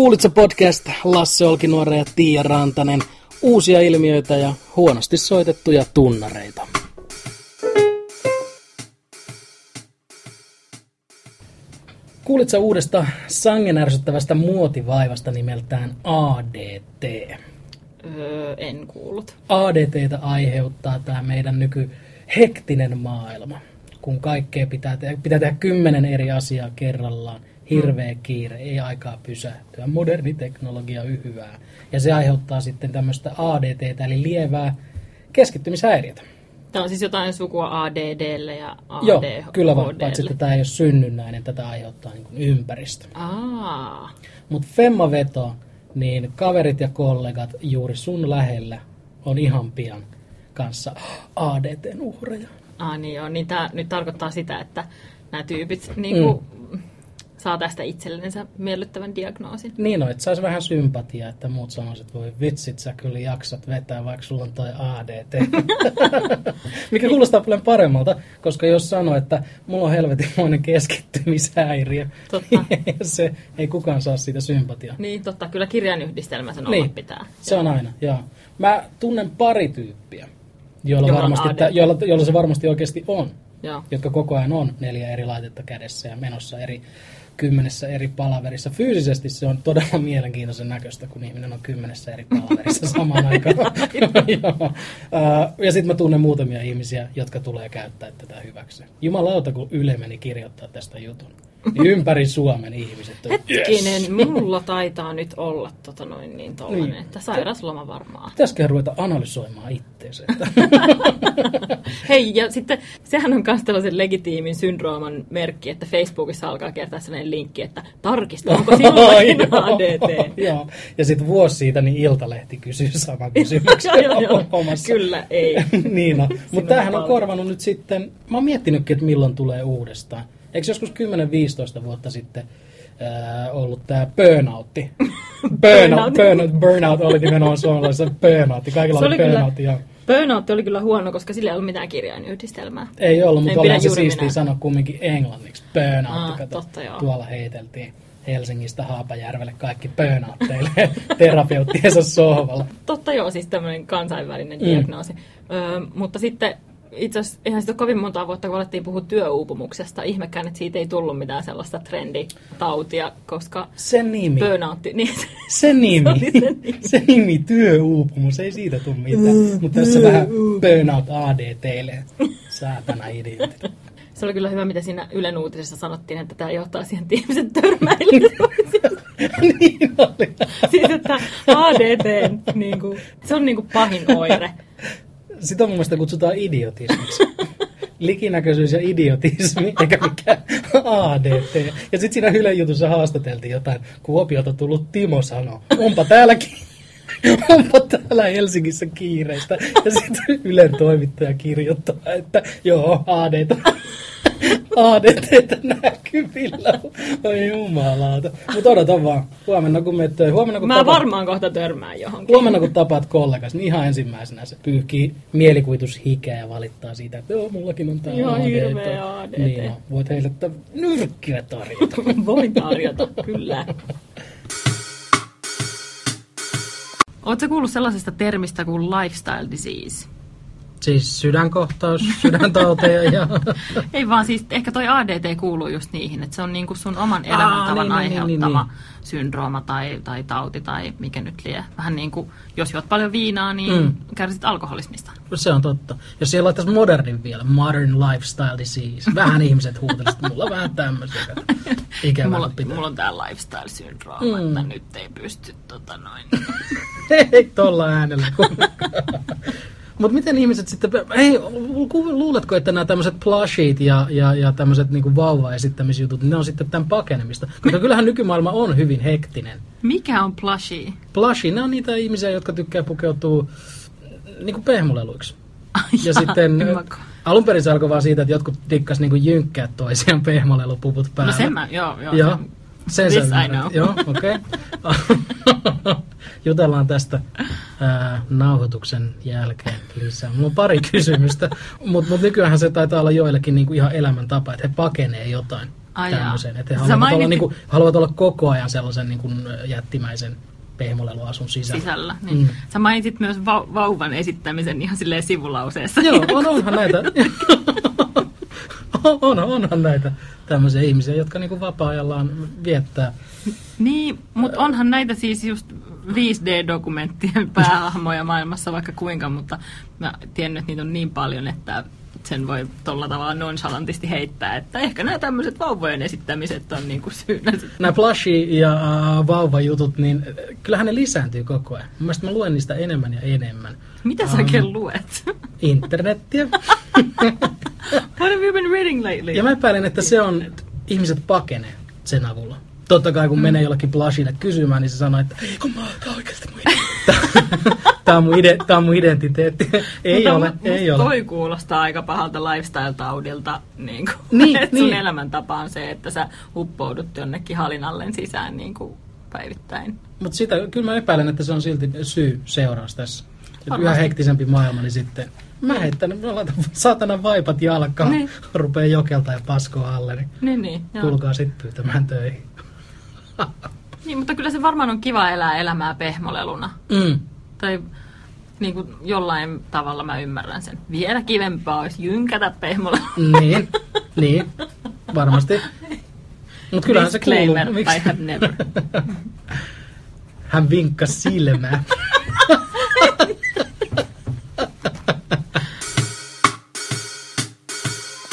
Kuulitko podcast Lasse Olkinuora ja Tiia Rantanen, uusia ilmiöitä ja huonosti soitettuja tunnareita. Kuulitko uudesta sangen ärsyttävästä muotivaivasta nimeltään ADT? En kuullut. ADT:tä aiheuttaa tämä meidän nykyhektinen maailma, kun kaikkea pitää tehdä 10 eri asiaa kerrallaan. Hirveä kiire, ei aikaa pysähtyä, moderni teknologia yhyvää. Ja se aiheuttaa sitten tämmöistä ADT:tä, eli lievää keskittymishäiriötä. Tämä on siis jotain sukua ADDlle ja ADHDlle. Joo, kyllä vaan, paitsi että tämä ei ole synnynnäinen, tätä aiheuttaa niin kuin ympäristö. Mutta Femma veto, niin kaverit ja kollegat juuri sun lähellä on ihan pian kanssa ADT:n uhreja. Niin joo, niin tämä nyt tarkoittaa sitä, että nämä tyypit niinku saa tästä itsellensä miellyttävän diagnoosin. Niin on, että saisi vähän sympatiaa, että muut sanoisivat, että voi vitsit, sä kyllä jaksat vetää, vaikka sulla on toi ADT. Mikä kuulostaa paljon paremmalta, koska jos sanoo, että mulla on helvetinmoinen keskittymishäiriö, se ei kukaan saa siitä sympatiaa. Niin, totta. Kyllä kirjainyhdistelmä sen olla pitää. Se on aina, joo. Mä tunnen pari tyyppiä, joilla se varmasti oikeasti on. Joo. Jotka koko ajan on 4 eri laitetta kädessä ja menossa 10 eri palaverissa. Fyysisesti se on todella mielenkiintoisen näköistä, kun ihminen on 10 eri palaverissa samaan aikaan. Ja sitten mä tunnen muutamia ihmisiä, jotka tulee käyttää tätä hyväksi. Jumalauta, kun Yle meni kirjoittaa tästä jutun. Niin ympäri Suomen ihmiset on, hetkinen, mulla taitaa nyt olla tollainen, että sairausloma varmaan. Pitäisikö ruveta analysoimaan itteensä? Hei, ja sitten sehän on myös tällaisen legitiimin syndrooman merkki, että Facebookissa alkaa kertaa sellainen linkki, että tarkista, onko sinullakin ADT. Joo, ja sitten vuosi siitä, niin Iltalehti kysyy saman kysymyksen omassa. Kyllä, ei. Niin on. Mutta tämähän on korvannut nyt sitten, mä oon miettinytkin, että milloin tulee uudestaan. Eikö joskus 10-15 vuotta sitten ollut tämä burnoutti? Burnout oli nimenomaan suomalaisessa burnoutti. Kaikilla oli burnout. Burnout oli kyllä huono, koska sillä ei ollut mitään kirjainyhdistelmää. Ei ollut, mutta olihan se siistiä sanoa kumminkin englanniksi. Burnout. Tuolla heiteltiin Helsingistä Haapajärvelle kaikki burnoutteille terapeuttiensa sohvalla. Totta joo, siis tämmöinen kansainvälinen diagnoosi. Mutta sitten itse asiassa eihän sitä kovin monta vuotta, kun alettiin puhua työuupumuksesta. Ihmekään, että siitä ei tullut mitään sellaista trenditautia, koska se nimi. Burnoutti. Niin se nimi, työuupumus, ei siitä tule mitään. Mutta tässä vähän burnout ADT:lle. Saatana idiotit. Se oli kyllä hyvä, mitä siinä Ylen uutisessa sanottiin, että tämä johtaa siihen, että ihmiset törmäilyyn. Niin oli. Siis, että ADT, se on pahin oire. Sitä mun mielestä kutsutaan idiotismiksi. Likinäköisyys ja idiotismi, eikä mikään ADT. Ja sitten siinä Ylen jutussa haastateltiin jotain, Kuopiolta tullut Timo sanoo, onpa täällä Helsingissä kiireistä. Ja sitten Ylen toimittaja kirjoittaa, että joo, ADT:tä näkyvillä. Oi jumalauta. Mutta odota vaan. Huomenna kun menet töihin. Mä varmaan kohta törmään johonkin. Huomenna kun tapaat kollegas, niin ihan ensimmäisenä se pyyhkii mielikuvitushikeä ja valittaa siitä, että joo, mullakin on tää ihan hirveä ADT. Niin on. Voit heille nyrkkiä tarjota. Voin tarjota, kyllä. Ootko kuullut sellaisesta termistä kuin lifestyle disease? Siis sydänkohtaus, sydäntauteja ja... Ei vaan siis, ehkä toi ADT kuuluu just niihin, että se on niinku sun oman elämäntavan aiheuttama syndrooma tai tauti tai mikä nyt lie. Vähän niin kuin, jos juot paljon viinaa, niin kärsit alkoholismista. Se on totta. Jos siellä laittaisi modernin vielä, modern lifestyle disease. Vähän ihmiset huutelisivat, että mulla on vähän tämmöisiä. Mulla on tää lifestyle syndrooma, että nyt ei pysty Ei tolla äänellä Mutta miten ihmiset sitten, luuletko, että nämä tämmöiset plushit ja tämmöiset niinku vauva-esittämisjutut, niin ne on sitten tämän pakenemista? Koska kyllähän nykymaailma on hyvin hektinen. Mikä on plushie? Plushie, ne on niitä ihmisiä, jotka tykkää pukeutua niinku pehmoleluiksi. Ja sitten alun perin se alkoi vaan siitä, että jotkut tikkas niinku jynkkää toisiaan pehmolelupuvut päällä. No sen mä, joo. This I know. Joo, okei. Jutellaan tästä nauhoituksen jälkeen lisää. Mulla on pari kysymystä, mutta nykyäänhän se taitaa olla joillekin niinku ihan elämäntapa, että he pakenee jotain. tämmöisen. Että he haluavat olla koko ajan sellaisen niin kuin jättimäisen pehmoleluasun sisällä. Niin. Sä mainitsit myös vauvan esittämisen ihan silleen sivulauseessa. Joo, onhan näitä. onhan näitä tämmöisiä ihmisiä, jotka niin kuin vapaa-ajallaan viettää. Niin, mutta onhan näitä siis just 5D-dokumenttien päähahmoja maailmassa vaikka kuinka, mutta mä tiedän, että niitä on niin paljon, että sen voi tolla tavalla nonchalantisti heittää, että ehkä nämä tämmöiset vauvojen esittämiset on niinku syynä. Nämä plushie- ja vauvajutut, niin kyllähän ne lisääntyy koko ajan. Mielestäni mä luen niistä enemmän ja enemmän. Mitä sä oikein luet? Internettiä. What have you been reading lately? Ja mä epäilen, että se on, ihmiset pakenee sen avulla. Totta kai kun menee jollakin plushille kysymään, niin se sanoo, että ei kun tää on oikeasti mun Tämä on mun identiteetti. Ei ole. Toi kuulostaa aika pahalta lifestyle-taudilta, että sun elämäntapa on se, että sä uppoudut jonnekin halinallen sisään niin kuin päivittäin. Mutta kyllä mä epäilen, että se on silti syy-seuraus tässä. Yhä hektisempi maailma, niin sitten mä laitan saatanan vaipat jalkaan, niin. Rupee jokelta ja paskoa alle, niin tulkaa sitten pyytämään töihin. Niin, mutta kyllä se varmaan on kiva elää elämää pehmoleluna. Tai niin kuin jollain tavalla mä ymmärrän sen. Vielä kivempaa olisi jynkätä pehmoleluna. Niin, varmasti. Mutta kyllähän se kuuluu. I have never. Hän vinkkasi silmää.